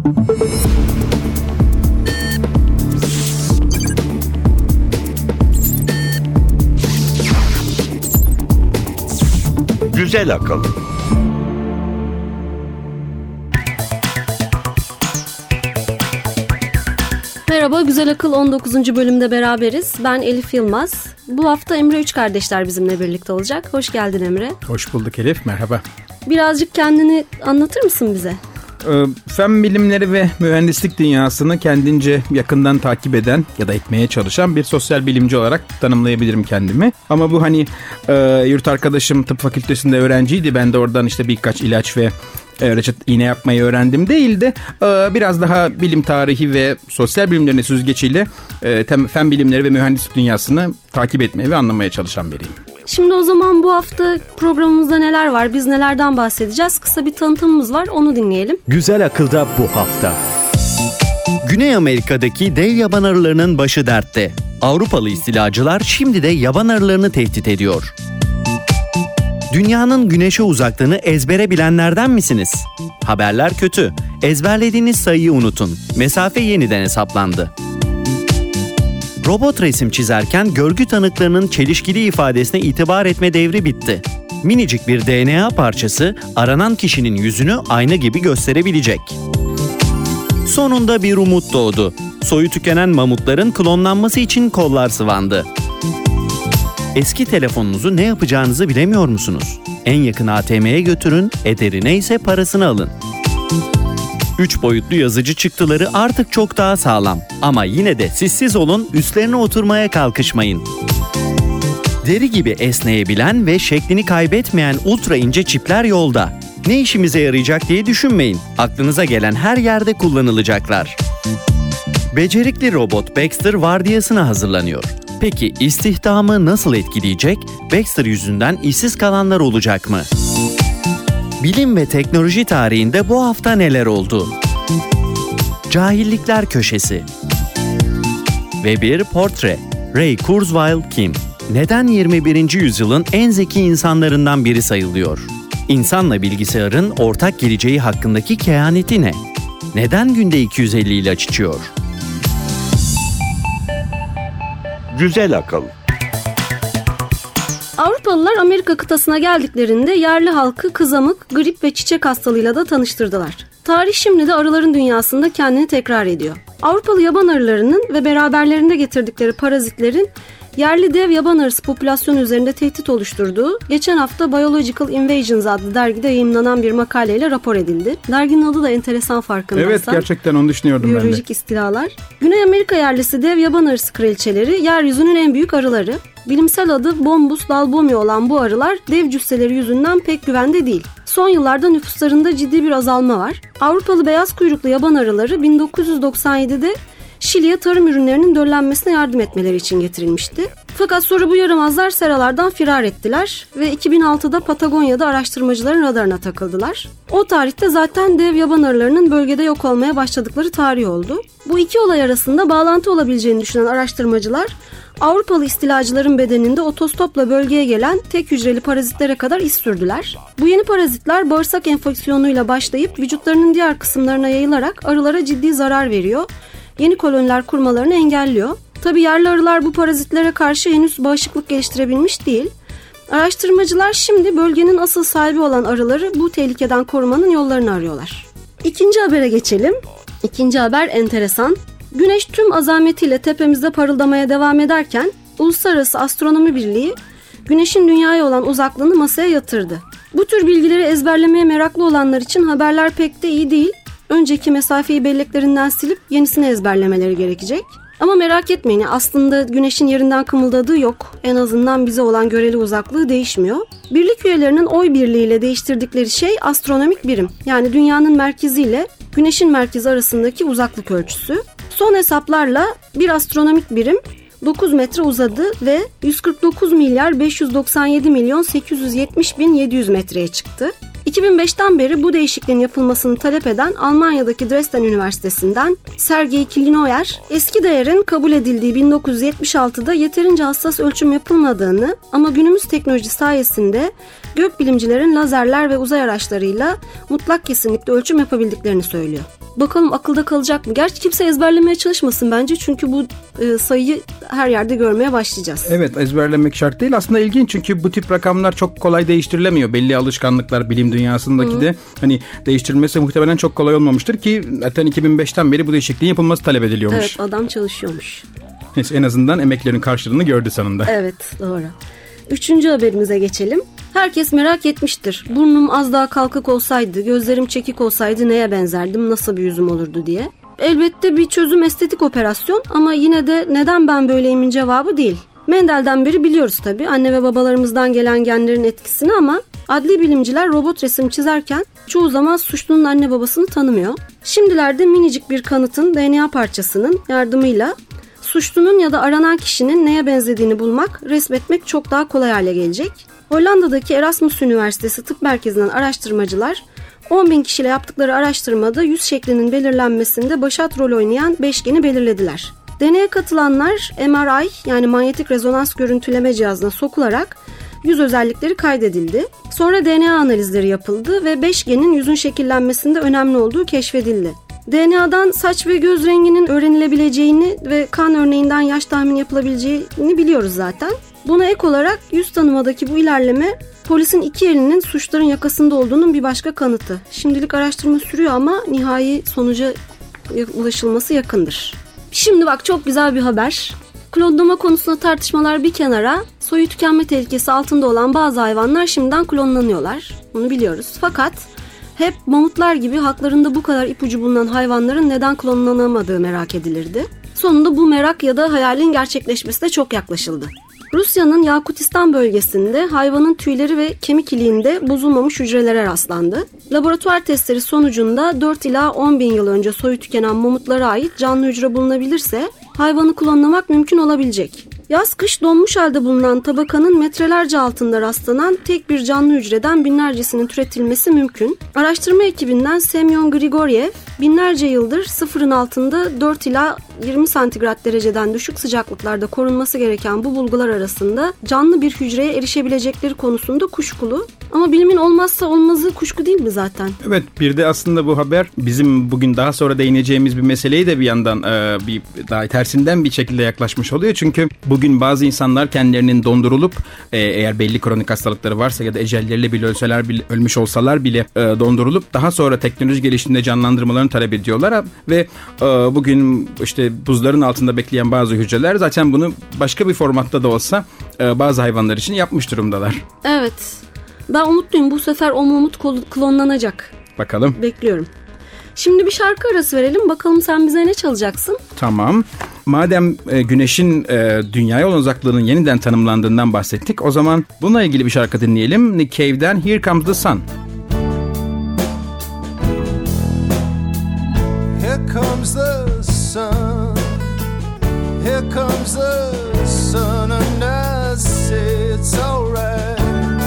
Güzel akıl. Merhaba, Güzel Akıl 19. bölümde beraberiz. Ben Elif Yılmaz. Bu hafta Emre Üç Kardeşler bizimle birlikte olacak. Hoş geldin Emre. Hoş bulduk Elif, merhaba. Birazcık kendini anlatır mısın bize? Fen bilimleri ve mühendislik dünyasını kendince yakından takip eden ya da etmeye çalışan bir sosyal bilimci olarak tanımlayabilirim kendimi. Ama bu yurt arkadaşım tıp fakültesinde öğrenciydi. Ben de oradan birkaç ilaç ve iğne yapmayı öğrendim değil de biraz daha bilim tarihi ve sosyal bilimlerine süzgeciyle fen bilimleri ve mühendislik dünyasını takip etmeye ve anlamaya çalışan biriyim. Şimdi o zaman bu hafta programımızda neler var, biz nelerden bahsedeceğiz? Kısa bir tanıtımımız var, onu dinleyelim. Güzel Akıl'da bu hafta. Güney Amerika'daki dev yaban arılarının başı dertte. Avrupalı istilacılar şimdi de yaban arılarını tehdit ediyor. Dünyanın güneşe uzaklığını ezbere bilenlerden misiniz? Haberler kötü. Ezberlediğiniz sayıyı unutun. Mesafe yeniden hesaplandı. Robot resim çizerken görgü tanıklarının çelişkili ifadesine itibar etme devri bitti. Minicik bir DNA parçası aranan kişinin yüzünü ayna gibi gösterebilecek. Sonunda bir umut doğdu. Soyu tükenen mamutların klonlanması için kollar sıvandı. Eski telefonunuzu ne yapacağınızı bilemiyor musunuz? En yakın ATM'ye götürün, ederi neyse parasını alın. 3 boyutlu yazıcı çıktıları artık çok daha sağlam. Ama yine de siz olun, üstlerine oturmaya kalkışmayın. Deri gibi esneyebilen ve şeklini kaybetmeyen ultra ince çipler yolda. Ne işimize yarayacak diye düşünmeyin. Aklınıza gelen her yerde kullanılacaklar. Becerikli robot Baxter vardiyasına hazırlanıyor. Peki istihdamı nasıl etkileyecek? Baxter yüzünden işsiz kalanlar olacak mı? Bilim ve teknoloji tarihinde bu hafta neler oldu? Cahillikler Köşesi ve bir portre. Ray Kurzweil kim? Neden 21. yüzyılın en zeki insanlarından biri sayılıyor? İnsanla bilgisayarın ortak geleceği hakkındaki kehaneti ne? Neden günde 250 ilaç içiyor? Güzel akıl. Avrupalılar Amerika kıtasına geldiklerinde yerli halkı kızamık, grip ve çiçek hastalığıyla da tanıştırdılar. Tarih şimdi de arıların dünyasında kendini tekrar ediyor. Avrupalı yaban arılarının ve beraberlerinde getirdikleri parazitlerin yerli dev yaban arısı popülasyonu üzerinde tehdit oluşturduğu geçen hafta Biological Invasions adlı dergide yayımlanan bir makaleyle rapor edildi. Derginin adı da enteresan, farkındaysan. Evet, gerçekten onu düşünüyordum ben de. Biyolojik istilalar. Güney Amerika yerlisi dev yaban arısı kraliçeleri yeryüzünün en büyük arıları. Bilimsel adı Bombus dalbomi olan bu arılar dev cüsseleri yüzünden pek güvende değil. Son yıllarda nüfuslarında ciddi bir azalma var. Avrupalı beyaz kuyruklu yaban arıları 1997'de Şili'ye tarım ürünlerinin döllenmesine yardım etmeleri için getirilmişti. Fakat sonra bu yaramazlar seralardan firar ettiler ve 2006'da Patagonya'da araştırmacıların radarına takıldılar. O tarihte zaten dev yaban arılarının bölgede yok olmaya başladıkları tarih oldu. Bu iki olay arasında bağlantı olabileceğini düşünen araştırmacılar Avrupalı istilacıların bedeninde otostopla bölgeye gelen tek hücreli parazitlere kadar iz sürdüler. Bu yeni parazitler bağırsak enfeksiyonuyla başlayıp vücutlarının diğer kısımlarına yayılarak arılara ciddi zarar veriyor. Yeni koloniler kurmalarını engelliyor. Tabii yerli arılar bu parazitlere karşı henüz bağışıklık geliştirebilmiş değil. Araştırmacılar şimdi bölgenin asıl sahibi olan arıları bu tehlikeden korumanın yollarını arıyorlar. İkinci habere geçelim. İkinci haber enteresan. Güneş tüm azametiyle tepemizde parıldamaya devam ederken Uluslararası Astronomi Birliği Güneş'in Dünya'ya olan uzaklığını masaya yatırdı. Bu tür bilgileri ezberlemeye meraklı olanlar için haberler pek de iyi değil. Önceki mesafeyi belleklerinden silip yenisini ezberlemeleri gerekecek. Ama merak etmeyin, aslında Güneş'in yerinden kımıldadığı yok. En azından bize olan göreli uzaklığı değişmiyor. Birlik üyelerinin oy birliğiyle değiştirdikleri şey astronomik birim. Yani Dünya'nın merkezi ile Güneş'in merkezi arasındaki uzaklık ölçüsü. Son hesaplarla bir astronomik birim 9 metre uzadı ve 149 milyar 597 milyon 870 bin 700 metreye çıktı. 2005'ten beri bu değişikliğin yapılmasını talep eden Almanya'daki Dresden Üniversitesi'nden Sergey Klinoyer, eski değerin kabul edildiği 1976'da yeterince hassas ölçüm yapılmadığını ama günümüz teknolojisi sayesinde gökbilimcilerin lazerler ve uzay araçlarıyla mutlak kesinlikle ölçüm yapabildiklerini söylüyor. Bakalım akılda kalacak mı? Gerçi kimse ezberlemeye çalışmasın bence. Çünkü bu sayıyı her yerde görmeye başlayacağız. Evet, ezberlemek şart değil. Aslında ilginç çünkü bu tip rakamlar çok kolay değiştirilemiyor. Belli alışkanlıklar bilim dünyasındaki de hani değiştirilmesi muhtemelen çok kolay olmamıştır ki zaten 2005'ten beri bu değişikliğin yapılması talep ediliyormuş. Evet, adam çalışıyormuş. Neyse, en azından emeklerin karşılığını gördü sonunda. Evet, doğru. 3. haberimize geçelim. Herkes merak etmiştir. Burnum az daha kalkık olsaydı, gözlerim çekik olsaydı neye benzerdim, nasıl bir yüzüm olurdu diye. Elbette bir çözüm estetik operasyon ama yine de neden ben böyleyimin cevabı değil. Mendel'den beri biliyoruz tabii anne ve babalarımızdan gelen genlerin etkisini ama adli bilimciler robot resim çizerken çoğu zaman suçlunun anne babasını tanımıyor. Şimdilerde minicik bir kanıtın DNA parçasının yardımıyla suçlunun ya da aranan kişinin neye benzediğini bulmak, resmetmek çok daha kolay hale gelecek. Hollanda'daki Erasmus Üniversitesi Tıp Merkezi'nden araştırmacılar 10.000 kişiyle yaptıkları araştırmada yüz şeklinin belirlenmesinde başat rol oynayan 5 geni belirlediler. Deneye katılanlar MRI yani manyetik rezonans görüntüleme cihazına sokularak yüz özellikleri kaydedildi. Sonra DNA analizleri yapıldı ve 5 genin yüzün şekillenmesinde önemli olduğu keşfedildi. DNA'dan saç ve göz renginin öğrenilebileceğini ve kan örneğinden yaş tahmini yapılabileceğini biliyoruz zaten. Buna ek olarak yüz tanımadaki bu ilerleme polisin iki elinin suçların yakasında olduğunun bir başka kanıtı. Şimdilik araştırma sürüyor ama nihai sonuca ulaşılması yakındır. Şimdi bak çok güzel bir haber. Klonlama konusunda tartışmalar bir kenara, soyu tükenme tehlikesi altında olan bazı hayvanlar şimdiden klonlanıyorlar. Bunu biliyoruz. Fakat hep mamutlar gibi haklarında bu kadar ipucu bulunan hayvanların neden klonlanamadığı merak edilirdi. Sonunda bu merak ya da hayalin gerçekleşmesi de çok yaklaşıldı. Rusya'nın Yakutistan bölgesinde hayvanın tüyleri ve kemik iliğinde bozulmamış hücrelere rastlandı. Laboratuvar testleri sonucunda 4 ila 10 bin yıl önce soyu tükenen mamutlara ait canlı hücre bulunabilirse hayvanı klonlamak mümkün olabilecek. Yaz-kış donmuş halde bulunan tabakanın metrelerce altında rastlanan tek bir canlı hücreden binlercesinin türetilmesi mümkün. Araştırma ekibinden Semyon Grigoryev, binlerce yıldır sıfırın altında 4 ila 20 santigrat dereceden düşük sıcaklıklarda korunması gereken bu bulgular arasında canlı bir hücreye erişebilecekleri konusunda kuşkulu. Ama bilimin olmazsa olmazı kuşku değil mi zaten? Evet, bir de aslında bu haber bizim bugün daha sonra değineceğimiz bir meseleyi de bir yandan bir daha tersinden bir şekilde yaklaşmış oluyor. Çünkü bugün bazı insanlar kendilerinin dondurulup eğer belli kronik hastalıkları varsa ya da ecelleriyle bile ölmüş olsalar bile dondurulup daha sonra teknoloji geliştiğinde canlandırmalarını talep ediyorlar ve bugün işte buzların altında bekleyen bazı hücreler zaten bunu başka bir formatta da olsa bazı hayvanlar için yapmış durumdalar. Evet. Ben umutluyum. Bu sefer o mamut klonlanacak. Bakalım. Bekliyorum. Şimdi bir şarkı arası verelim. Bakalım sen bize ne çalacaksın? Tamam. Madem Güneş'in dünyaya olan uzaklığının yeniden tanımlandığından bahsettik, o zaman bununla ilgili bir şarkı dinleyelim. Nick Cave'den Here Comes the Sun. Here comes the sun. Here comes the sun and I say it's alright.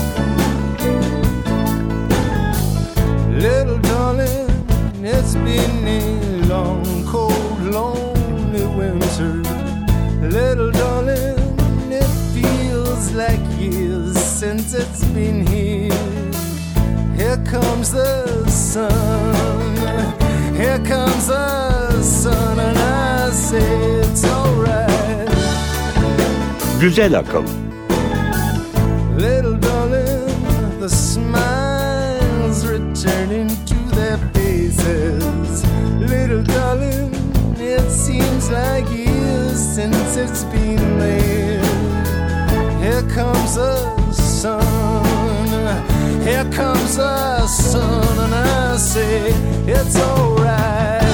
Little darling, it's been a long, cold, lonely winter. Little darling, it feels like years since it's been here. Here comes the sun. Here comes the sun and I say it's alright. Güzel akıl. Little darling, the smiles returning to their faces. Little darling, it seems like years since it's been there. Here comes the sun. Here comes the sun and I say it's alright.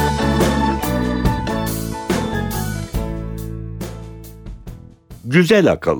Güzel akıl.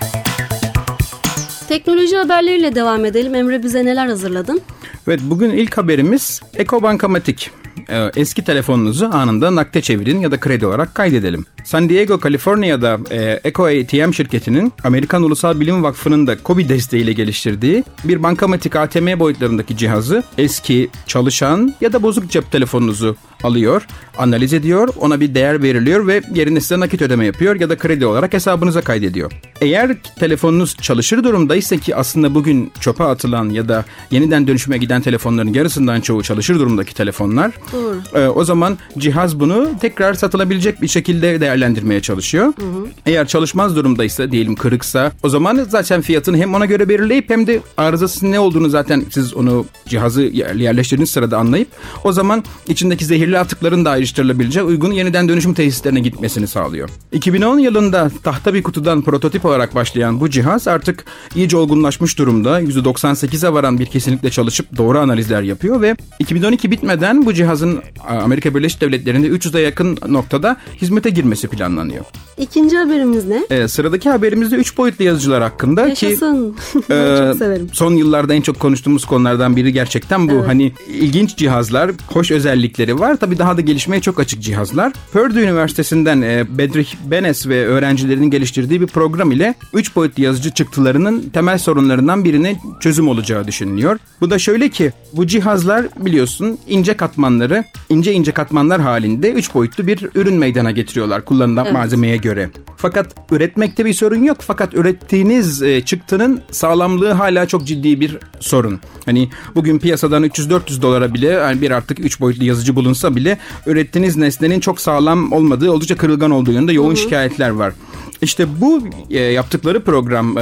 Teknoloji haberleriyle devam edelim. Emre, bize neler hazırladın? Evet, bugün ilk haberimiz Eko Bankamatik. Eski telefonunuzu anında nakde çevirin ya da kredi olarak kaydedelim. San Diego, Kaliforniya'da Eco ATM şirketinin Amerikan Ulusal Bilim Vakfı'nın da KOBİ desteğiyle geliştirdiği bir bankamatik ATM boyutlarındaki cihazı eski, çalışan ya da bozuk cep telefonunuzu alıyor, analiz ediyor, ona bir değer veriliyor ve yerine size nakit ödeme yapıyor ya da kredi olarak hesabınıza kaydediyor. Eğer telefonunuz çalışır durumdaysa, ki aslında bugün çöpe atılan ya da yeniden dönüşüme giden telefonların yarısından çoğu çalışır durumdaki telefonlar. O zaman cihaz bunu tekrar satılabilecek bir şekilde değerlendirmeye çalışıyor. Eğer çalışmaz durumdaysa, diyelim kırıksa, o zaman zaten fiyatını hem ona göre belirleyip hem de arızasının ne olduğunu zaten siz onu cihazı yerleştirdiğiniz sırada anlayıp o zaman içindeki zehirli atıkların da ayrıştırılabileceği uygun yeniden dönüşüm tesislerine gitmesini sağlıyor. 2010 yılında tahta bir kutudan prototip olarak başlayan bu cihaz artık iyice olgunlaşmış durumda. %98'e varan bir kesinlikle çalışıp doğru analizler yapıyor ve 2012 bitmeden bu cihazın Amerika Birleşik Devletleri'nde 300'e yakın noktada hizmete girmesi planlanıyor. İkinci haberimiz ne? Sıradaki haberimizde 3 boyutlu yazıcılar hakkında. Yaşasın. Ki çok severim. son yıllarda en çok konuştuğumuz konulardan biri gerçekten bu. Evet. Hani ilginç cihazlar, hoş özellikleri var. Tabii daha da gelişmeye çok açık cihazlar. Purdue Üniversitesi'nden Bedrick Benes ve öğrencilerinin geliştirdiği bir program ile 3 boyutlu yazıcı çıktılarının temel sorunlarından birine çözüm olacağı düşünülüyor. Bu da şöyle ki, bu cihazlar biliyorsun ince katmanlar halinde 3 boyutlu bir ürün meydana getiriyorlar kullanılan malzemeye göre. Fakat üretmekte bir sorun yok. Fakat ürettiğiniz çıktının sağlamlığı hala çok ciddi bir sorun. Hani bugün piyasadan $300-400 bile, yani bir artık 3 boyutlu yazıcı bulunsa bile ürettiğiniz nesnenin çok sağlam olmadığı, oldukça kırılgan olduğu yönünde yoğun şikayetler var. İşte bu yaptıkları program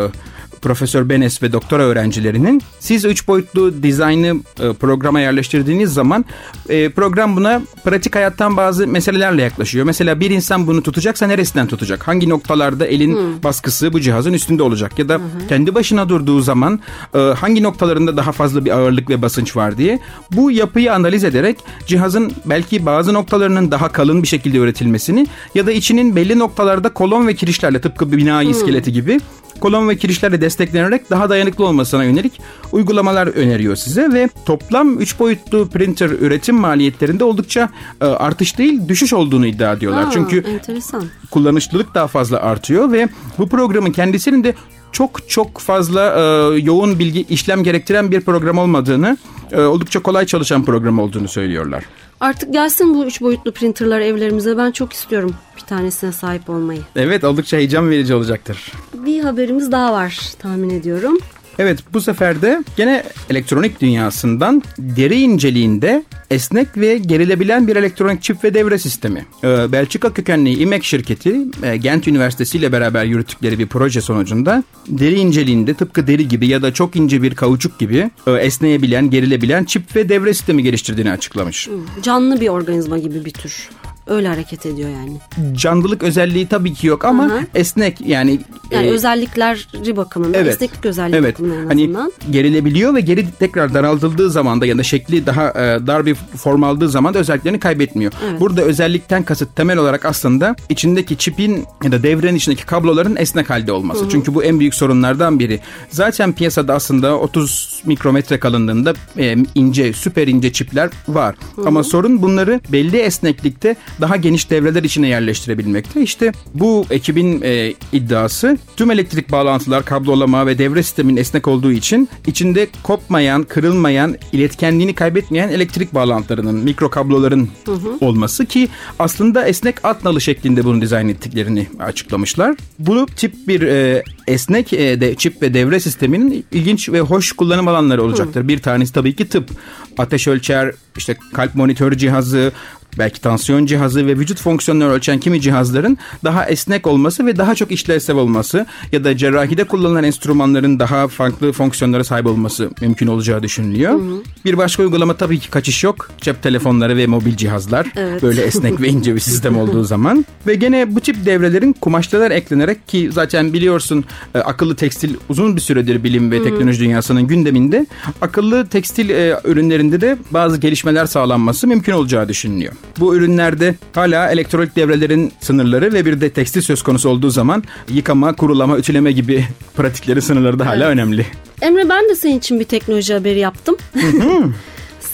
Profesör Benes ve doktora öğrencilerinin, siz 3 boyutlu dizaynı programa yerleştirdiğiniz zaman program buna pratik hayattan bazı meselelerle yaklaşıyor. Mesela bir insan bunu tutacaksa neresinden tutacak? Hangi noktalarda elin baskısı bu cihazın üstünde olacak? Ya da kendi başına durduğu zaman hangi noktalarında daha fazla bir ağırlık ve basınç var diye. Bu yapıyı analiz ederek cihazın belki bazı noktalarının daha kalın bir şekilde üretilmesini ya da içinin belli noktalarda kolon ve kirişlerle, tıpkı bir bina iskeleti gibi kolon ve kirişlerle desteklenerek daha dayanıklı olmasına yönelik uygulamalar öneriyor size ve toplam 3 boyutlu printer üretim maliyetlerinde oldukça artış değil, düşüş olduğunu iddia ediyorlar. Çünkü enteresan. Kullanışlılık daha fazla artıyor ve bu programın kendisinin de çok fazla yoğun bilgi işlem gerektiren bir program olmadığını, oldukça kolay çalışan program olduğunu söylüyorlar. Artık gelsin bu 3 boyutlu printerlar evlerimize. Ben çok istiyorum bir tanesine sahip olmayı. Evet, oldukça heyecan verici olacaktır. Bir haberimiz daha var tahmin ediyorum. Evet, bu sefer de gene elektronik dünyasından deri inceliğinde esnek ve gerilebilen bir elektronik çip ve devre sistemi. Belçika kökenli IMEC şirketi Gent Üniversitesi ile beraber yürüttükleri bir proje sonucunda deri inceliğinde tıpkı deri gibi ya da çok ince bir kauçuk gibi esneyebilen, gerilebilen çip ve devre sistemi geliştirdiğini açıklamış. Canlı bir organizma gibi bir tür. Öyle hareket ediyor yani. Canlılık özelliği tabii ki yok ama esnek yani özellikleri bakımından, esneklik özelliği bakımından en azından. Hani gerilebiliyor ve geri tekrar daraltıldığı zaman da ya da şekli daha dar bir form aldığı zaman da özelliklerini kaybetmiyor. Evet. Burada özellikten kasıt temel olarak aslında içindeki çipin ya da devrenin içindeki kabloların esnek halde olması. Çünkü bu en büyük sorunlardan biri. Zaten piyasada aslında 30 mikrometre kalınlığında ince, süper ince çipler var. Ama sorun bunları belli esneklikte daha geniş devreler içine yerleştirebilmekte. İşte bu ekibin iddiası, tüm elektrik bağlantılar, kablolama ve devre sistemin esnek olduğu için içinde kopmayan, kırılmayan, iletkenliğini kaybetmeyen elektrik bağlantılarının, mikro kabloların olması ki aslında esnek at nalı şeklinde bunu dizayn ettiklerini açıklamışlar. Bu tip bir esnek çip ve devre sisteminin ilginç ve hoş kullanım alanları olacaktır. Bir tanesi tabii ki tıp. Ateş ölçer, işte kalp monitörü cihazı, belki tansiyon cihazı ve vücut fonksiyonları ölçen kimi cihazların daha esnek olması ve daha çok işlevsel olması ya da cerrahide kullanılan enstrümanların daha farklı fonksiyonlara sahip olması mümkün olacağı düşünülüyor. Bir başka uygulama tabii ki kaçış yok. Cep telefonları ve mobil cihazlar. Evet. Böyle esnek ve ince bir sistem olduğu zaman. Ve gene bu tip devrelerin kumaşlar eklenerek, ki zaten biliyorsun akıllı tekstil uzun bir süredir bilim ve teknoloji dünyasının gündeminde, akıllı tekstil ürünlerinde de bazı gelişmeler sağlanması mümkün olacağı düşünülüyor. Bu ürünlerde hala elektronik devrelerin sınırları ve bir de tekstil söz konusu olduğu zaman yıkama, kurulama, ütüleme gibi pratikleri, sınırları da hala önemli. Emre, ben de senin için bir teknoloji haberi yaptım.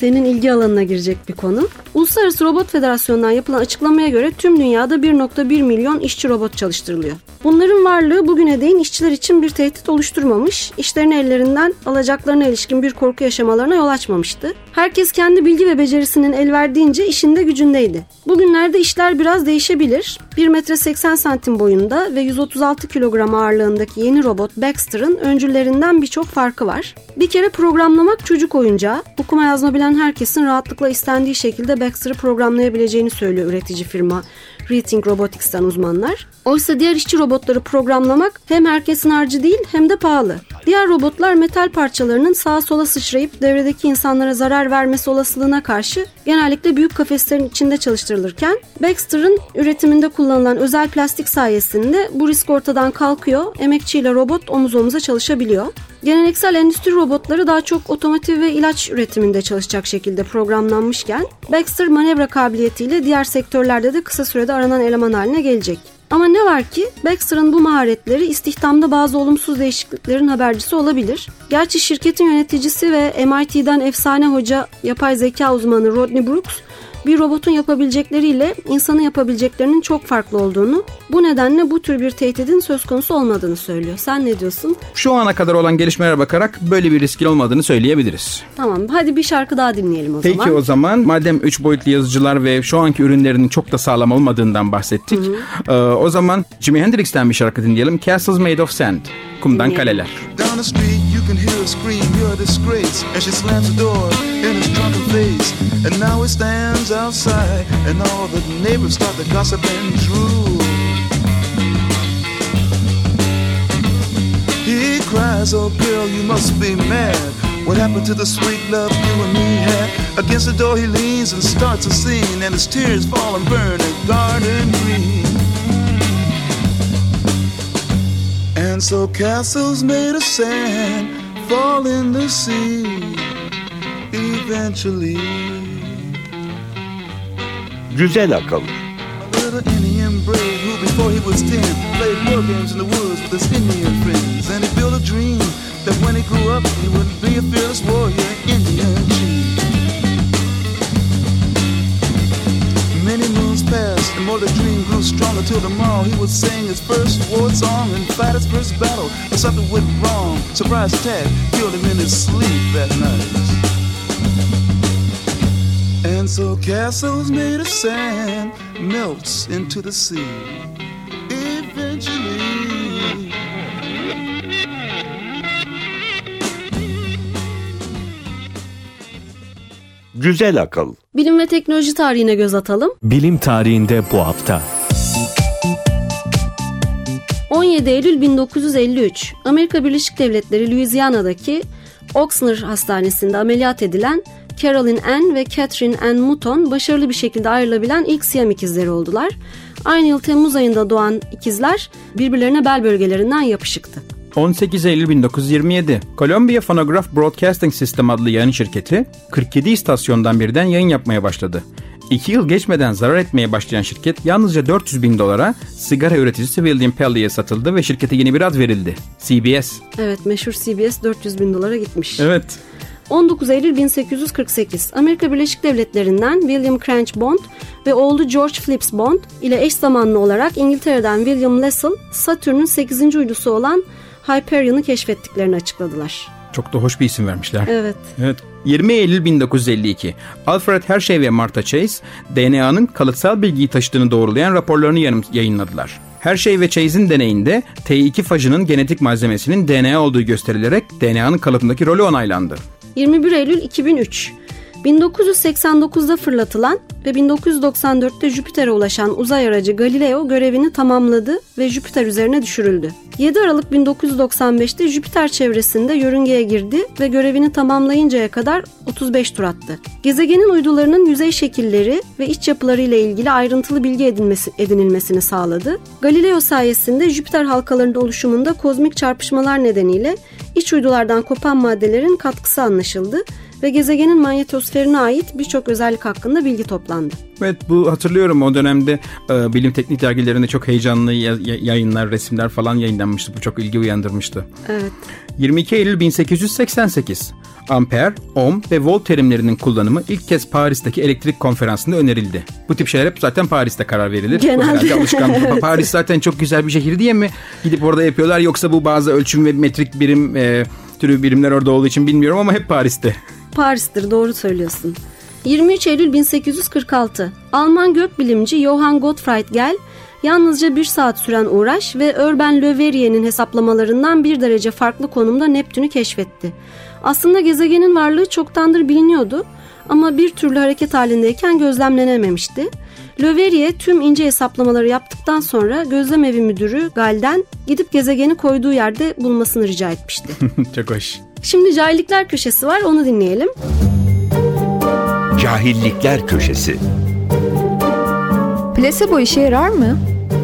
senin ilgi alanına girecek bir konu. Uluslararası Robot Federasyonu'ndan yapılan açıklamaya göre tüm dünyada 1.1 milyon işçi robot çalıştırılıyor. Bunların varlığı bugüne değin işçiler için bir tehdit oluşturmamış, işlerini ellerinden alacaklarına ilişkin bir korku yaşamalarına yol açmamıştı. Herkes kendi bilgi ve becerisinin el verdiğince işinde gücündeydi. Bugünlerde işler biraz değişebilir. 1 metre 80 santim boyunda ve 136 kilogram ağırlığındaki yeni robot Baxter'ın öncüllerinden birçok farkı var. Bir kere programlamak çocuk oyuncağı. Okuma yazma bilen herkesin rahatlıkla istendiği şekilde Baxter'ı programlayabileceğini söylüyor üretici firma Rethink Robotics'ten uzmanlar. Oysa diğer işçi robotları programlamak hem herkesin harcı değil hem de pahalı. Diğer robotlar metal parçalarının sağa sola sıçrayıp devredeki insanlara zarar vermesi olasılığına karşı genellikle büyük kafeslerin içinde çalıştırılırken Baxter'ın üretiminde kullanılan özel plastik sayesinde bu risk ortadan kalkıyor, emekçiyle robot omuz omuza çalışabiliyor. Geleneksel endüstri robotları daha çok otomotiv ve ilaç üretiminde çalışacak şekilde programlanmışken Baxter manevra kabiliyetiyle diğer sektörlerde de kısa sürede aranan eleman haline gelecek. Ama ne var ki Baxter'ın bu maharetleri istihdamda bazı olumsuz değişikliklerin habercisi olabilir. Gerçi şirketin yöneticisi ve MIT'den efsane hoca yapay zeka uzmanı Rodney Brooks bir robotun yapabilecekleriyle insanın yapabileceklerinin çok farklı olduğunu, bu nedenle bu tür bir tehdidin söz konusu olmadığını söylüyor. Sen ne diyorsun? Şu ana kadar olan gelişmelere bakarak böyle bir riskin olmadığını söyleyebiliriz. Tamam, hadi bir şarkı daha dinleyelim o zaman. Peki o zaman madem 3 boyutlu yazıcılar ve şu anki ürünlerinin çok da sağlam olmadığından bahsettik. O zaman Jimi Hendrix'ten bir şarkı dinleyelim. Castles Made of Sand. Kumdan Kaleler. Down the street, you can hear her scream, you're a disgrace. And she slams the door in his drunken face. And now he stands outside, and all the neighbors start to gossip and drool. He cries, oh girl, you must be mad. What happened to the sweet love you and me had? Against the door he leans and starts a scene, and his tears fall and burn a garden green. And so castles made of sand fall in the sea eventually. Güzel akıl. A little Indian brave who before he was 10 played war games in the woods with his Indian friends. And he built a dream that when he grew up he would be a fearless warrior, Indian chief. Many moons passed and more the dream grew stronger till tomorrow he would sing his first war song and fight his first battle. But something went wrong. Surprise attack killed him in his sleep that night. And so castles made of sand melts into the sea eventually. Güzel akıl. Bilim ve teknoloji tarihine göz atalım. Bilim tarihinde bu hafta. 17 Eylül 1953, Amerika Birleşik Devletleri Louisiana'daki Ochsner Hastanesi'nde ameliyat edilen Carolyn Ann ve Catherine Ann Mouton başarılı bir şekilde ayrılabilen ilk Siyam ikizleri oldular. Aynı yıl Temmuz ayında doğan ikizler birbirlerine bel bölgelerinden yapışıktı. 18 Eylül 1927, Columbia Phonograph Broadcasting System adlı yayın şirketi 47 istasyondan birden yayın yapmaya başladı. 2 yıl geçmeden zarar etmeye başlayan şirket yalnızca $400,000 sigara üreticisi William Pelly'e satıldı ve şirkete yeni bir ad verildi. CBS. Evet, meşhur CBS $400,000 gitmiş. Evet. 19 Eylül 1848, Amerika Birleşik Devletleri'nden William Cranch Bond ve oğlu George Phillips Bond ile eş zamanlı olarak İngiltere'den William Lassell, Satürn'ün 8. uydusu olan Hyperion'u keşfettiklerini açıkladılar. Çok da hoş bir isim vermişler. Evet. 20 Eylül 1952, Alfred Hershey ve Martha Chase, DNA'nın kalıtsal bilgiyi taşıdığını doğrulayan raporlarını yayınladılar. Hershey ve Chase'in deneyinde T2 fajının genetik malzemesinin DNA olduğu gösterilerek DNA'nın kalıtındaki rolü onaylandı. 21 Eylül 2003, 1989'da fırlatılan ve 1994'te Jüpiter'e ulaşan uzay aracı Galileo görevini tamamladı ve Jüpiter üzerine düşürüldü. 7 Aralık 1995'te Jüpiter çevresinde yörüngeye girdi ve görevini tamamlayıncaya kadar 35 tur attı. Gezegenin uydularının yüzey şekilleri ve iç yapıları ile ilgili ayrıntılı bilgi edinilmesini sağladı. Galileo sayesinde Jüpiter halkalarının oluşumunda kozmik çarpışmalar nedeniyle iç uydulardan kopan maddelerin katkısı anlaşıldı ve gezegenin manyetosferine ait birçok özellik hakkında bilgi toplandı. Evet, bu hatırlıyorum, o dönemde bilim teknik dergilerinde çok heyecanlı yayınlar, resimler falan yayınlanmıştı. Bu çok ilgi uyandırmıştı. Evet. 22 Eylül 1888, Amper, ohm ve volt terimlerinin kullanımı ilk kez Paris'teki elektrik konferansında önerildi. Bu tip şeyler hep zaten Paris'te karar verilir. Genelde. Herhalde alışkanlık. Evet. Paris zaten çok güzel bir şehir diye mi gidip orada yapıyorlar, yoksa bu bazı ölçüm ve metrik birim türü birimler orada olduğu için bilmiyorum ama hep Paris'te. Paris'tir, doğru söylüyorsun. 23 Eylül 1846 Alman gökbilimci Johann Gottfried Gell yalnızca 1 saat süren uğraş ve Urbain Le Verrier'in hesaplamalarından 1 derece farklı konumda Neptün'ü keşfetti. Aslında gezegenin varlığı çoktandır biliniyordu ama bir türlü hareket halindeyken gözlemlenememişti. Le Verrier tüm ince hesaplamaları yaptıktan sonra gözlemevi müdürü Gall'den gidip gezegeni koyduğu yerde bulmasını rica etmişti. Çok hoş. Şimdi cahillikler köşesi var, onu dinleyelim. Cahillikler Köşesi. Plasebo işe yarar mı?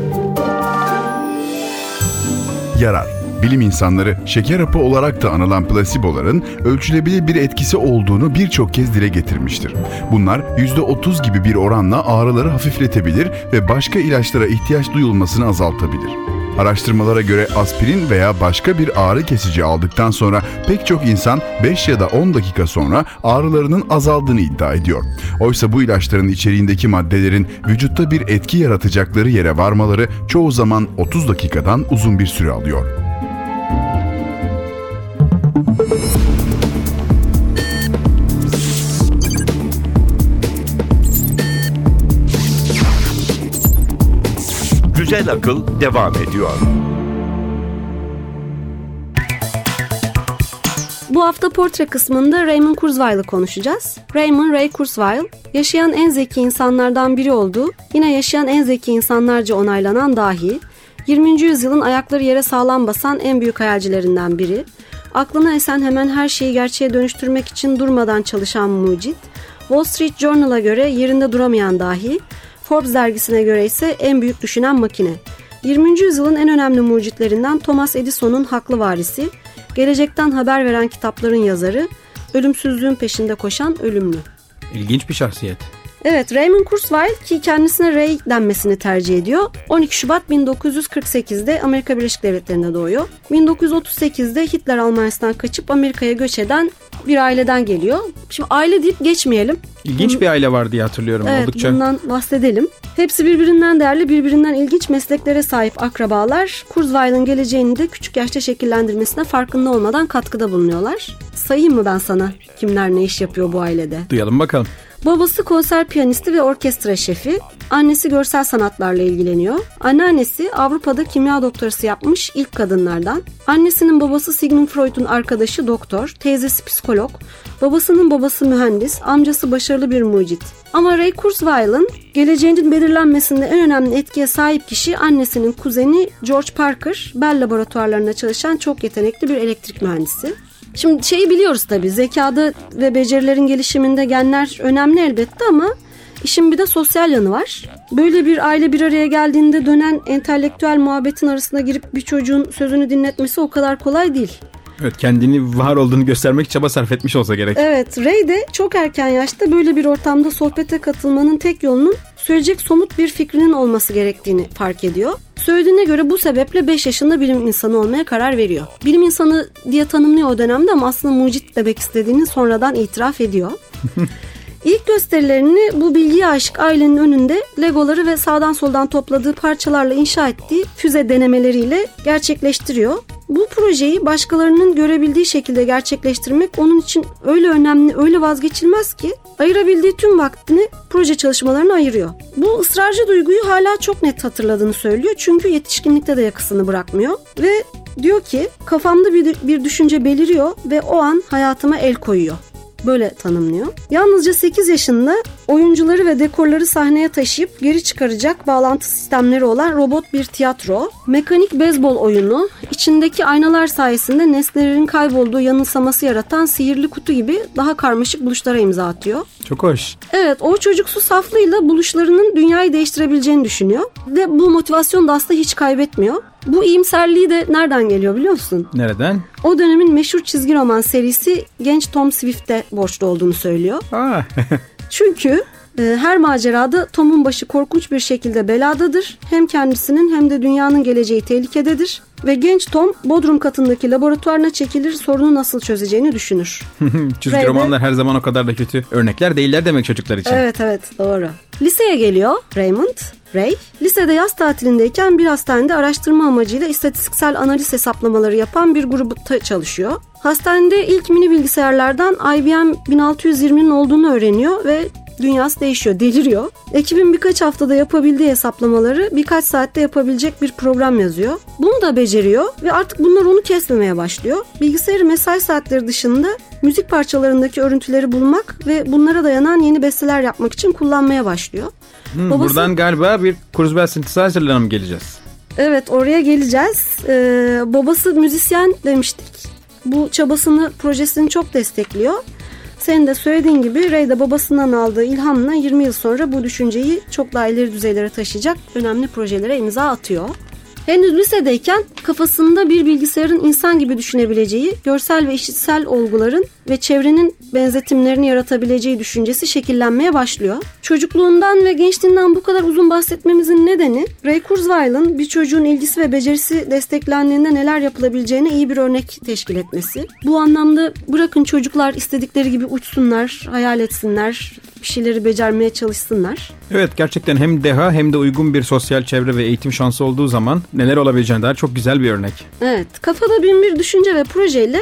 Yarar. Bilim insanları şeker hapı olarak da anılan plasiboların ölçülebilir bir etkisi olduğunu birçok kez dile getirmiştir. Bunlar %30 gibi bir oranla ağrıları hafifletebilir ve başka ilaçlara ihtiyaç duyulmasını azaltabilir. Araştırmalara göre aspirin veya başka bir ağrı kesici aldıktan sonra pek çok insan 5 ya da 10 dakika sonra ağrılarının azaldığını iddia ediyor. Oysa bu ilaçların içeriğindeki maddelerin vücutta bir etki yaratacakları yere varmaları çoğu zaman 30 dakikadan uzun bir süre alıyor. Güzel Akıl devam ediyor. Bu hafta portre kısmında Raymond Kurzweil'ı konuşacağız. Raymond Ray Kurzweil, yaşayan en zeki insanlardan biri olduğu, yine yaşayan en zeki insanlarca onaylanan dahi, 20. yüzyılın ayakları yere sağlam basan en büyük hayalcilerinden biri, aklına esen hemen her şeyi gerçeğe dönüştürmek için durmadan çalışan mucit, Wall Street Journal'a göre yerinde duramayan dahi, Forbes dergisine göre ise en büyük düşünen makine. 20. yüzyılın en önemli mucitlerinden Thomas Edison'un haklı varisi, gelecekten haber veren kitapların yazarı, ölümsüzlüğün peşinde koşan ölümlü. İlginç bir şahsiyet. Evet, Raymond Kurzweil, ki kendisine Ray denmesini tercih ediyor, 12 Şubat 1948'de Amerika Birleşik Devletleri'nde doğuyor. 1938'de Hitler Almanya'sından kaçıp Amerika'ya göç eden bir aileden geliyor. Şimdi aile deyip geçmeyelim. İlginç bir aile var diye hatırlıyorum. Evet, oldukça. bundan bahsedelim. Hepsi birbirinden değerli, birbirinden ilginç mesleklere sahip akrabalar. Kurzweil'ın geleceğini de küçük yaşta şekillendirmesine farkında olmadan katkıda bulunuyorlar. Sayayım mı ben sana kimler ne iş yapıyor bu ailede? Duyalım bakalım. Babası konser piyanisti ve orkestra şefi. Annesi görsel sanatlarla ilgileniyor. Anneannesi Avrupa'da kimya doktorası yapmış ilk kadınlardan. Annesinin babası Sigmund Freud'un arkadaşı doktor, teyzesi psikolog. Babasının babası mühendis, amcası başarılı bir mucit. Ama Ray Kurzweil'ın geleceğinin belirlenmesinde en önemli etkiye sahip kişi annesinin kuzeni George Parker, Bell laboratuvarlarında çalışan çok yetenekli bir elektrik mühendisi. Şimdi şeyi biliyoruz tabii, zekada ve becerilerin gelişiminde genler önemli elbette ama işin bir de sosyal yanı var. Böyle bir aile bir araya geldiğinde dönen entelektüel muhabbetin arasına girip bir çocuğun sözünü dinletmesi o kadar kolay değil. Evet, kendini var olduğunu göstermek çaba sarf etmiş olsa gerek. Evet, Ray de çok erken yaşta böyle bir ortamda sohbete katılmanın tek yolunun söyleyecek somut bir fikrinin olması gerektiğini fark ediyor. Söylediğine göre bu sebeple 5 yaşında bilim insanı olmaya karar veriyor. Bilim insanı diye tanımlıyor o dönemde ama aslında mucit demek istediğini sonradan itiraf ediyor. İlk gösterilerini bu bilgiye aşık ailenin önünde Legoları ve sağdan soldan topladığı parçalarla inşa ettiği füze denemeleriyle gerçekleştiriyor. Bu projeyi başkalarının görebildiği şekilde gerçekleştirmek onun için öyle önemli, öyle vazgeçilmez ki ayırabildiği tüm vaktini proje çalışmalarına ayırıyor. Bu ısrarcı duyguyu hala çok net hatırladığını söylüyor çünkü yetişkinlikte de yakasını bırakmıyor ve diyor ki kafamda bir düşünce beliriyor ve o an hayatıma el koyuyor. Böyle tanımlıyor. Yalnızca 8 yaşında oyuncuları ve dekorları sahneye taşıyıp geri çıkaracak bağlantı sistemleri olan robot bir tiyatro, mekanik beyzbol oyunu, içindeki aynalar sayesinde nesnelerin kaybolduğu yanılsaması yaratan sihirli kutu gibi daha karmaşık buluşlara imza atıyor. Çok hoş. Evet, o çocuksu saflığıyla buluşlarının dünyayı değiştirebileceğini düşünüyor ve bu motivasyonu da aslında hiç kaybetmiyor. Bu iyimserliği de nereden geliyor biliyor musun? Nereden? O dönemin meşhur çizgi roman serisi genç Tom Swift'e borçlu olduğunu söylüyor. Aa. Çünkü Her macerada Tom'un başı korkunç bir şekilde beladadır. Hem kendisinin hem de dünyanın geleceği tehlikededir. Ve genç Tom Bodrum katındaki laboratuvarına çekilir, sorunu nasıl çözeceğini düşünür. Çizgi romanlar her zaman o kadar da kötü örnekler değiller demek çocuklar için. Evet doğru. Liseye geliyor Ray. Lisede yaz tatilindeyken bir hastanede araştırma amacıyla istatistiksel analiz hesaplamaları yapan bir grupta çalışıyor. Hastanede ilk mini bilgisayarlardan IBM 1620'nin olduğunu öğreniyor ve dünyası değişiyor, deliriyor. Ekibin birkaç haftada yapabildiği hesaplamaları birkaç saatte yapabilecek bir program yazıyor. Bunu da beceriyor ve artık bunlar onu kesmemeye başlıyor. Bilgisayarı mesai saatleri dışında müzik parçalarındaki örüntüleri bulmak ve bunlara dayanan yeni besteler yapmak için kullanmaya başlıyor. Buradan galiba bir Kurzweil Synthesizer'la mı geleceğiz? Evet, oraya geleceğiz. Babası müzisyen demiştik. Bu çabasını, projesini çok destekliyor. Senin de söylediğin gibi Ray de babasından aldığı ilhamla 20 yıl sonra bu düşünceyi çok daha ileri düzeylere taşıyacak önemli projelere imza atıyor. Henüz lisedeyken kafasında bir bilgisayarın insan gibi düşünebileceği, görsel ve işitsel olguların ve çevrenin benzetimlerini yaratabileceği düşüncesi şekillenmeye başlıyor. Çocukluğundan ve gençliğinden bu kadar uzun bahsetmemizin nedeni Ray Kurzweil'ın bir çocuğun ilgisi ve becerisi desteklendiğinde neler yapılabileceğine iyi bir örnek teşkil etmesi. Bu anlamda bırakın çocuklar istedikleri gibi uçsunlar, hayal etsinler, bir şeyleri becermeye çalışsınlar. Evet, gerçekten hem deha hem de uygun bir sosyal çevre ve eğitim şansı olduğu zaman neler olabileceğine dair çok güzel bir örnek. Evet, kafada bin bir düşünce ve projeyle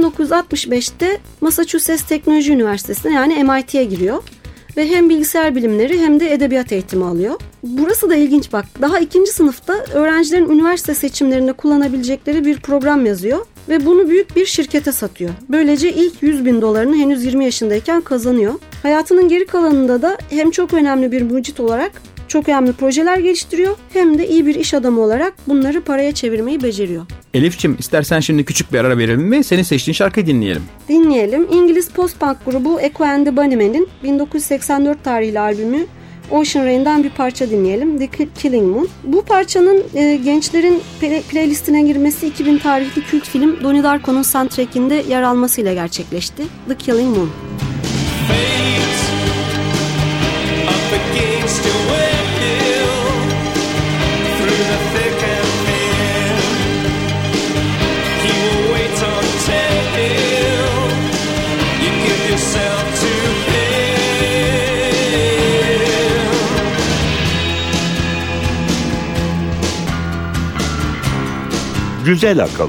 1965'te Massachusetts Teknoloji Üniversitesi'ne yani MIT'ye giriyor. Ve hem bilgisayar bilimleri hem de edebiyat eğitimi alıyor. Burası da ilginç bak. Daha 2. sınıfta öğrencilerin üniversite seçimlerinde kullanabilecekleri bir program yazıyor. Ve bunu büyük bir şirkete satıyor. Böylece ilk $100,000 henüz 20 yaşındayken kazanıyor. Hayatının geri kalanında da hem çok önemli bir mucit olarak çok önemli projeler geliştiriyor hem de iyi bir iş adamı olarak bunları paraya çevirmeyi beceriyor. Elif'ciğim, istersen şimdi küçük bir ara verelim ve senin seçtiğin şarkıyı dinleyelim. Dinleyelim. İngiliz post-punk grubu Echo and the Bunnymen'in 1984 tarihli albümü Ocean Rain'den bir parça dinleyelim. The Killing Moon. Bu parçanın gençlerin playlistine girmesi 2000 tarihli kült film Donnie Darko'nun soundtrack'inde yer almasıyla gerçekleşti. The Killing Moon. Güzel akıl.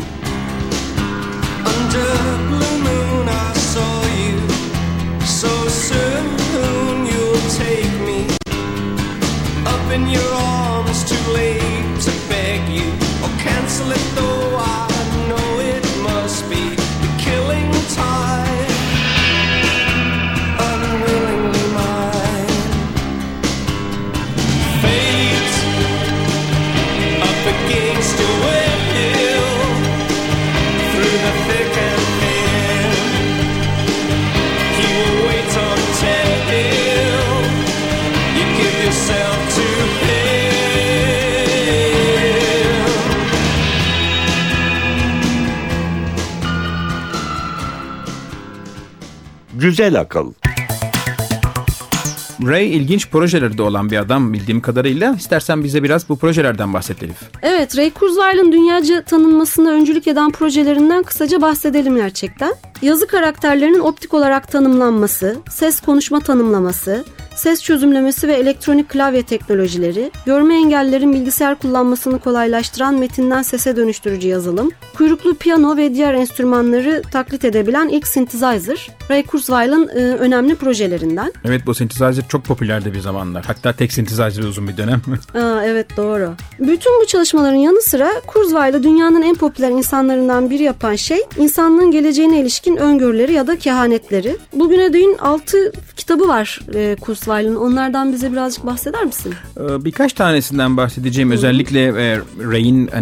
Güzel akıl. Ray ilginç projeleri de olan bir adam bildiğim kadarıyla. İstersen bize biraz bu projelerden bahset Elif. Evet, Ray Kurzweil'ın dünyaca tanınmasına öncülük eden projelerinden kısaca bahsedelim gerçekten. Yazı karakterlerinin optik olarak tanımlanması, ses konuşma tanımlaması, ses çözümlemesi ve elektronik klavye teknolojileri, görme engellilerin bilgisayar kullanmasını kolaylaştıran metinden sese dönüştürücü yazılım, kuyruklu piyano ve diğer enstrümanları taklit edebilen ilk synthesizer, Ray Kurzweil'ın önemli projelerinden. Evet, bu synthesizer çok popülerdi bir zamanlar. Hatta tek synthesizer uzun bir dönem. Evet, doğru. Bütün bu çalışmaların yanı sıra Kurzweil'ı dünyanın en popüler insanlarından biri yapan şey insanlığın geleceğine ilişkin öngörüleri ya da kehanetleri. Bugüne değin 6 kitabı var Kurzweil'ın. Onlardan bize birazcık bahseder misin? Birkaç tanesinden bahsedeceğim. Özellikle Ray'in hani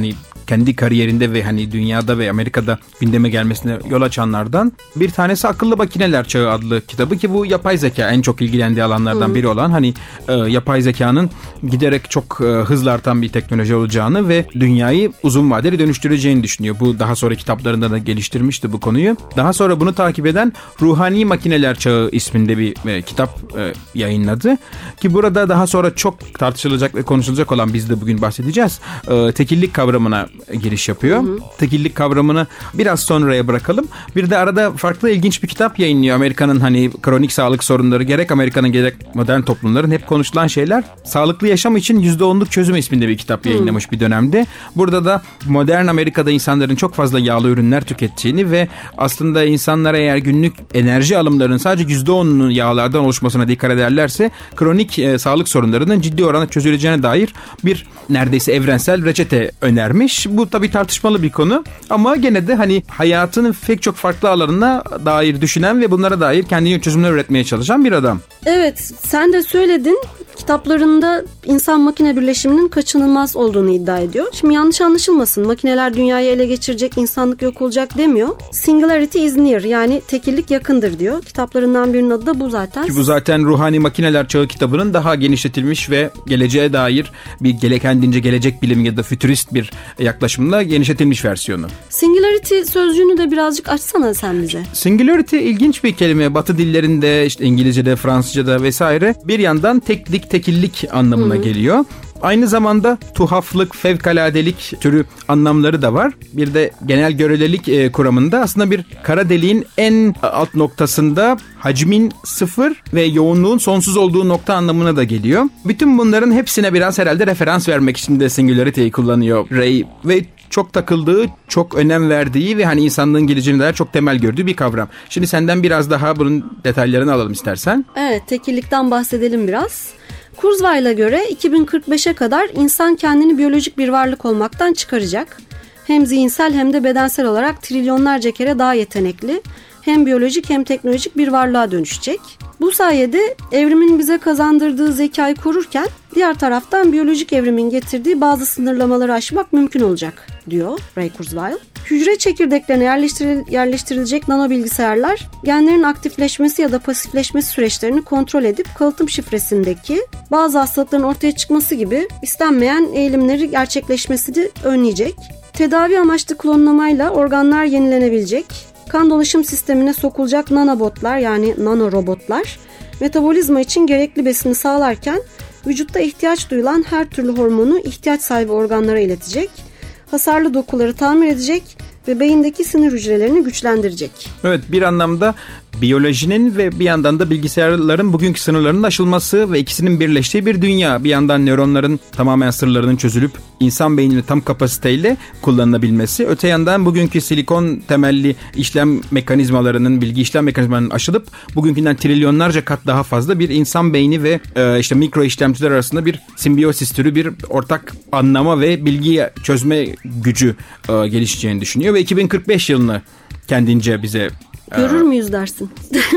kendi kariyerinde ve hani dünyada ve Amerika'da gündeme gelmesine yol açanlardan bir tanesi Akıllı Makineler Çağı adlı kitabı ki bu yapay zeka en çok ilgilendiği alanlardan biri olan hani yapay zekanın giderek çok hızlı artan bir teknoloji olacağını ve dünyayı uzun vadeli dönüştüreceğini düşünüyor. Bu daha sonra kitaplarında da geliştirmişti bu konuyu. Daha sonra bunu takip eden Ruhani Makineler Çağı isminde bir kitap yayınladı. Ki burada daha sonra çok tartışılacak ve konuşulacak olan biz de bugün bahsedeceğiz. Tekillik kavramına giriş yapıyor. Tekillik kavramını biraz sonraya bırakalım. Bir de arada farklı ilginç bir kitap yayınlıyor. Amerika'nın hani kronik sağlık sorunları gerek Amerika'nın gerek modern toplumların hep konuşulan şeyler. Sağlıklı yaşam için %10'luk çözüm isminde bir kitap yayınlamış bir dönemde. Burada da modern Amerika'da insanların çok fazla yağlı ürünler tükettiğini ve aslında insanlara eğer günlük enerji alımlarının sadece %10'unun yağlardan oluşmasına dikkat ederlerse kronik sağlık sorunlarının ciddi oranda çözüleceğine dair bir neredeyse evrensel reçete önermiş. Bu tabii tartışmalı bir konu ama gene de hani hayatının pek çok farklı alanına dair düşünen ve bunlara dair kendi çözümler üretmeye çalışan bir adam. Evet, sen de söyledin. Kitaplarında insan-makine birleşiminin kaçınılmaz olduğunu iddia ediyor. Şimdi yanlış anlaşılmasın. Makineler dünyayı ele geçirecek, insanlık yok olacak demiyor. Singularity is near, yani tekillik yakındır diyor. Kitaplarından birinin adı da bu zaten. Ki bu zaten Ruhani Makineler Çağı kitabının daha genişletilmiş ve geleceğe dair bir kendince gelecek bilimi ya da fütürist bir yaklaşımla genişletilmiş versiyonu. Singularity sözcüğünü de birazcık açsana sen bize. Singularity ilginç bir kelime. Batı dillerinde işte İngilizce'de, Fransızca'da vesaire bir yandan tekillik anlamına geliyor. Aynı zamanda tuhaflık, fevkaladelik türü anlamları da var. Bir de genel görelilik kuramında aslında bir kara deliğin en alt noktasında hacmin sıfır ve yoğunluğun sonsuz olduğu nokta anlamına da geliyor. Bütün bunların hepsine biraz herhalde referans vermek için de Singularity'yi kullanıyor Ray ve çok takıldığı, çok önem verdiği ve hani insanlığın geleceğine dair çok temel gördüğü bir kavram. Şimdi senden biraz daha bunun detaylarını alalım istersen. Evet, tekillikten bahsedelim biraz. Kurzweil'a göre 2045'e kadar insan kendini biyolojik bir varlık olmaktan çıkaracak. Hem zihinsel hem de bedensel olarak trilyonlarca kere daha yetenekli, hem biyolojik hem teknolojik bir varlığa dönüşecek. Bu sayede evrimin bize kazandırdığı zekayı korurken diğer taraftan biyolojik evrimin getirdiği bazı sınırlamaları aşmak mümkün olacak, diyor Ray Kurzweil. Hücre çekirdeklerine yerleştirilecek nano bilgisayarlar genlerin aktifleşmesi ya da pasifleşmesi süreçlerini kontrol edip kalıtım şifresindeki bazı hastalıkların ortaya çıkması gibi istenmeyen eğilimleri gerçekleşmesini önleyecek. Tedavi amaçlı klonlamayla organlar yenilenebilecek. Kan dolaşım sistemine sokulacak nanobotlar, yani nanorobotlar metabolizma için gerekli besini sağlarken vücutta ihtiyaç duyulan her türlü hormonu ihtiyaç sahibi organlara iletecek. Hasarlı dokuları tamir edecek ve beyindeki sinir hücrelerini güçlendirecek. Evet, bir anlamda biyolojinin ve bir yandan da bilgisayarların bugünkü sınırlarının aşılması ve ikisinin birleştiği bir dünya. Bir yandan nöronların tamamen sırlarının çözülüp insan beyninin tam kapasiteyle kullanılabilmesi. Öte yandan bugünkü silikon temelli işlem mekanizmalarının, bilgi işlem mekanizmalarının aşılıp bugünkünden trilyonlarca kat daha fazla bir insan beyni ve işte mikro işlemciler arasında bir simbiyosis türü bir ortak anlama ve bilgi çözme gücü gelişeceğini düşünüyor ve 2045 yılını kendince bize görür müyüz dersin?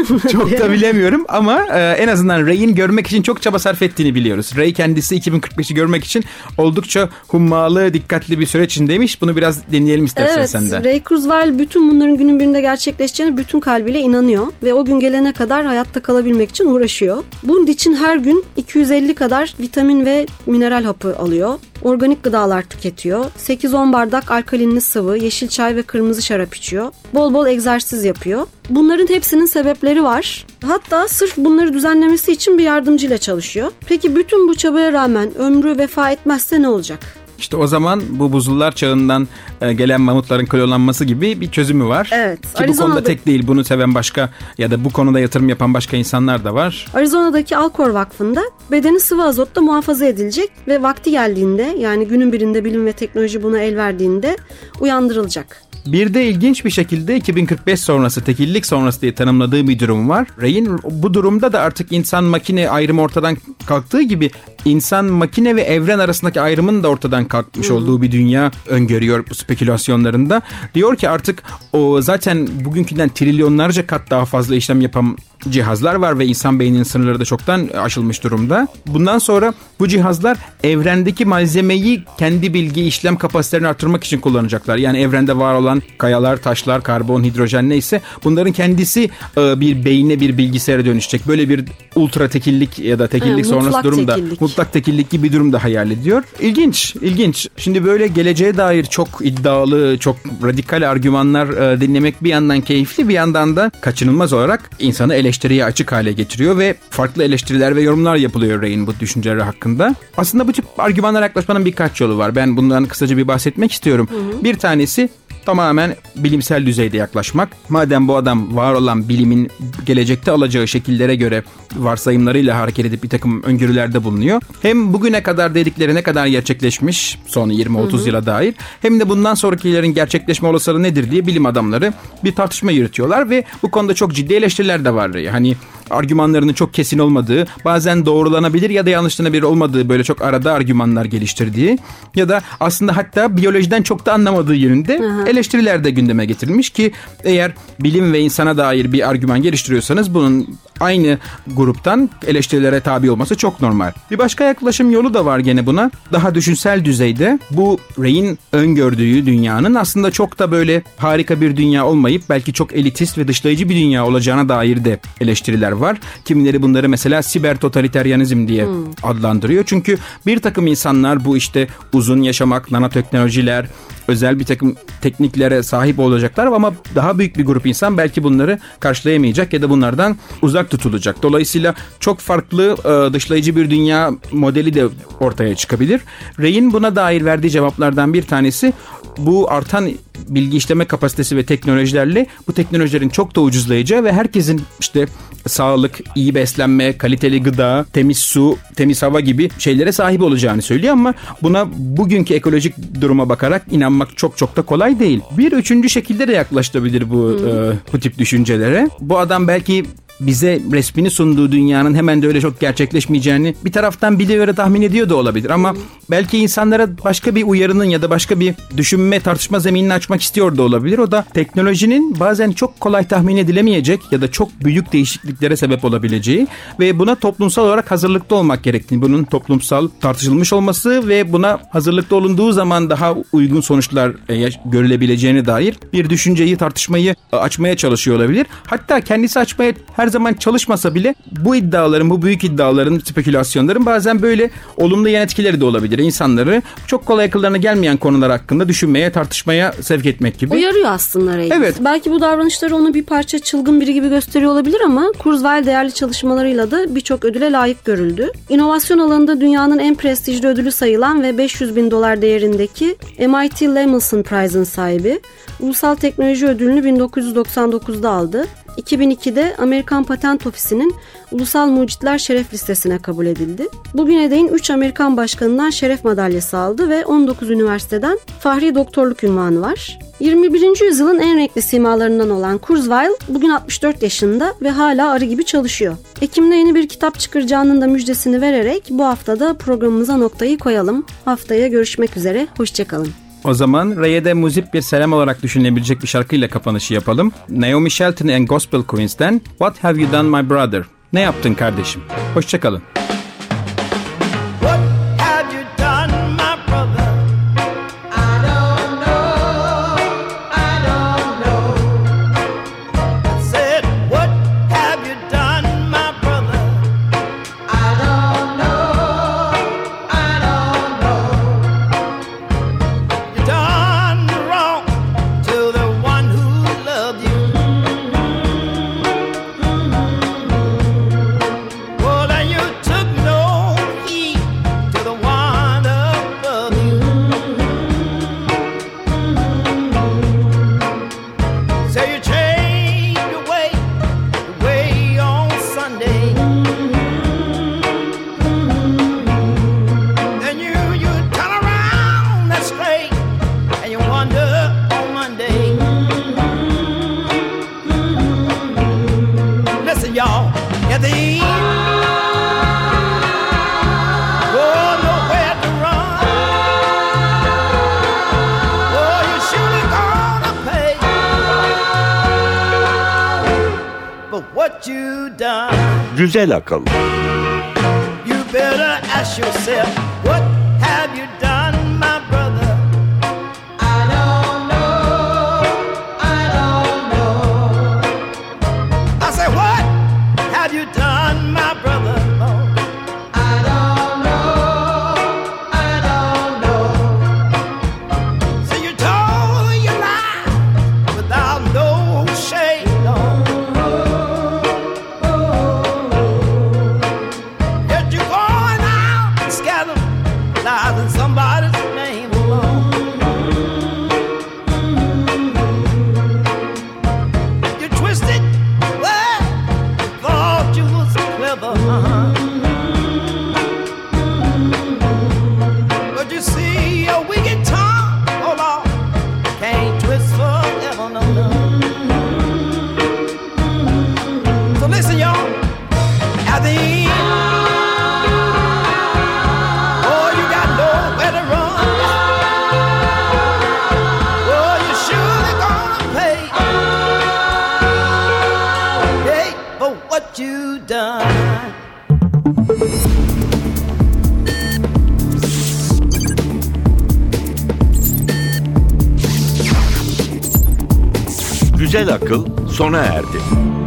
Çok da bilemiyorum ama en azından Ray'in görmek için çok çaba sarf ettiğini biliyoruz. Ray kendisi 2045'i görmek için oldukça hummalı, dikkatli bir süreç içindeymiş. Bunu biraz dinleyelim istersen senden. Evet, Ray Kurzweil bütün bunların günün birinde gerçekleşeceğine bütün kalbiyle inanıyor ve o gün gelene kadar hayatta kalabilmek için uğraşıyor. Bunun için her gün 250 kadar vitamin ve mineral hapı alıyor. Organik gıdalar tüketiyor. 8-10 bardak alkalinli sıvı, yeşil çay ve kırmızı şarap içiyor. Bol bol egzersiz yapıyor. Bunların hepsinin sebepleri var. Hatta sırf bunları düzenlemesi için bir yardımcıyla çalışıyor. Peki bütün bu çabaya rağmen ömrü vefa etmezse ne olacak? İşte o zaman bu buzullar çağından gelen mamutların klonlanması gibi bir çözümü var. Evet. Ki bu konuda tek değil, bunu seven başka ya da bu konuda yatırım yapan başka insanlar da var. Arizona'daki Alcor Vakfı'nda bedeni sıvı azotla muhafaza edilecek ve vakti geldiğinde, yani günün birinde bilim ve teknoloji buna el verdiğinde uyandırılacak. Bir de ilginç bir şekilde 2045 sonrası, tekillik sonrası diye tanımladığı bir durum var. Ray'in bu durumda da artık insan-makine ayrımı ortadan kalktığı gibi insan-makine ve evren arasındaki ayrımın da ortadan kalkmış olduğu bir dünya öngörüyor bu spekülasyonlarında. Diyor ki artık o zaten bugünkünden trilyonlarca kat daha fazla işlem yapan cihazlar var ve insan beyninin sınırları da çoktan aşılmış durumda. Bundan sonra bu cihazlar evrendeki malzemeyi kendi bilgi işlem kapasitelerini artırmak için kullanacaklar. Yani evrende var olan kayalar, taşlar, karbon, hidrojen neyse bunların kendisi bir beyne, bir bilgisayara dönüşecek. Böyle bir ultra tekillik ya da tekillik sonrası durumda. Mutlak tekillik gibi bir durum da hayal ediyor. İlginç. Şimdi böyle geleceğe dair çok iddialı, çok radikal argümanlar dinlemek bir yandan keyifli, bir yandan da kaçınılmaz olarak insanı eleştiriye açık hale getiriyor ve farklı eleştiriler ve yorumlar yapılıyor Ray'in bu düşünceleri hakkında. Aslında bu tip argümanlara yaklaşmanın birkaç yolu var. Ben bundan kısaca bir bahsetmek istiyorum. Bir tanesi tamamen bilimsel düzeyde yaklaşmak. Madem bu adam var olan bilimin gelecekte alacağı şekillere göre varsayımlarıyla hareket edip bir takım öngörülerde bulunuyor. Hem bugüne kadar dedikleri ne kadar gerçekleşmiş son 20-30 yıla dair, hem de bundan sonrakilerin gerçekleşme olasılığı nedir diye bilim adamları bir tartışma yürütüyorlar ve bu konuda çok ciddi eleştiriler de var. Hani argümanlarının çok kesin olmadığı, bazen doğrulanabilir ya da yanlışlanabilir olmadığı böyle çok arada argümanlar geliştirdiği ya da aslında hatta biyolojiden çok da anlamadığı yönünde eleştiriler de gündeme getirilmiş ki eğer bilim ve insana dair bir argüman geliştiriyorsanız bunun aynı gruptan eleştirilere tabi olması çok normal. Bir başka yaklaşım yolu da var gene buna. Daha düşünsel düzeyde bu Ray'in öngördüğü dünyanın aslında çok da böyle harika bir dünya olmayıp belki çok elitist ve dışlayıcı bir dünya olacağına dair de eleştiriler var. Kimileri bunları mesela siber totaliteryanizm diye adlandırıyor. Çünkü bir takım insanlar bu işte uzun yaşamak, nanoteknolojiler, özel bir takım tekniklere sahip olacaklar ama daha büyük bir grup insan belki bunları karşılayamayacak ya da bunlardan uzak tutulacak. Dolayısıyla çok farklı dışlayıcı bir dünya modeli de ortaya çıkabilir. Ray'in buna dair verdiği cevaplardan bir tanesi bu artan bilgi işleme kapasitesi ve teknolojilerle bu teknolojilerin çok da ucuzlayacağı ve herkesin işte sağlık, iyi beslenme, kaliteli gıda, temiz su, temiz hava gibi şeylere sahip olacağını söylüyor ama buna bugünkü ekolojik duruma bakarak inanmak çok da kolay değil. Bir üçüncü şekilde de yaklaşılabilir bu tip düşüncelere. Bu adam belki bize resmini sunduğu dünyanın hemen de öyle çok gerçekleşmeyeceğini bir taraftan biliyor ve tahmin ediyor da olabilir. Ama belki insanlara başka bir uyarının ya da başka bir düşünme, tartışma zeminini açmak istiyor da olabilir. O da teknolojinin bazen çok kolay tahmin edilemeyecek ya da çok büyük değişikliklere sebep olabileceği ve buna toplumsal olarak hazırlıklı olmak gerektiğini, bunun toplumsal tartışılmış olması ve buna hazırlıklı olunduğu zaman daha uygun sonuçlar görülebileceğine dair bir düşünceyi, tartışmayı açmaya çalışıyor olabilir. Hatta kendisi açmaya her zaman çalışmasa bile bu iddiaların, bu büyük iddiaların, spekülasyonların bazen böyle olumlu yan etkileri de olabilir. İnsanları çok kolay akıllarına gelmeyen konular hakkında düşünmeye, tartışmaya sevk etmek gibi. Uyarıyor aslında Ray. Evet. Belki bu davranışları onu bir parça çılgın biri gibi gösteriyor olabilir ama Kurzweil değerli çalışmalarıyla da birçok ödüle layık görüldü. İnovasyon alanında dünyanın en prestijli ödülü sayılan ve $500.000 değerindeki MIT Lemelson Prize'ın sahibi. Ulusal Teknoloji Ödülünü 1999'da aldı. 2002'de Amerikan Patent Ofisi'nin Ulusal Mucitler Şeref Listesi'ne kabul edildi. Bugüne değin 3 Amerikan başkanından şeref madalyası aldı ve 19 üniversiteden fahri doktorluk unvanı var. 21. yüzyılın en renkli simalarından olan Kurzweil bugün 64 yaşında ve hala arı gibi çalışıyor. Ekim'de yeni bir kitap çıkaracağının da müjdesini vererek bu haftada programımıza noktayı koyalım. Haftaya görüşmek üzere, hoşçakalın. O zaman Ray'e de muzip bir selam olarak düşünülebilecek bir şarkıyla kapanışı yapalım. Naomi Shelton and Gospel Queens'ten What Have You Done My Brother? Ne yaptın kardeşim? Hoşçakalın. Took what you done. Güzel akıl. You better ask yourself, what have you done, my brother? I don't know. I say, what have you done, my brother? Lord? I don't know. So you told your lie without no shame, Lord. Yet you going out and scandalizing somebody's name, Lord. You twisted, well, you thought you was clever, But you see, your wicked tongue, oh Lord, can't twist forever, no. So listen, y'all, at the end, oh, you got nowhere to run. Oh, you surely gonna pay, for what you done. Güzel akıl sona erdi.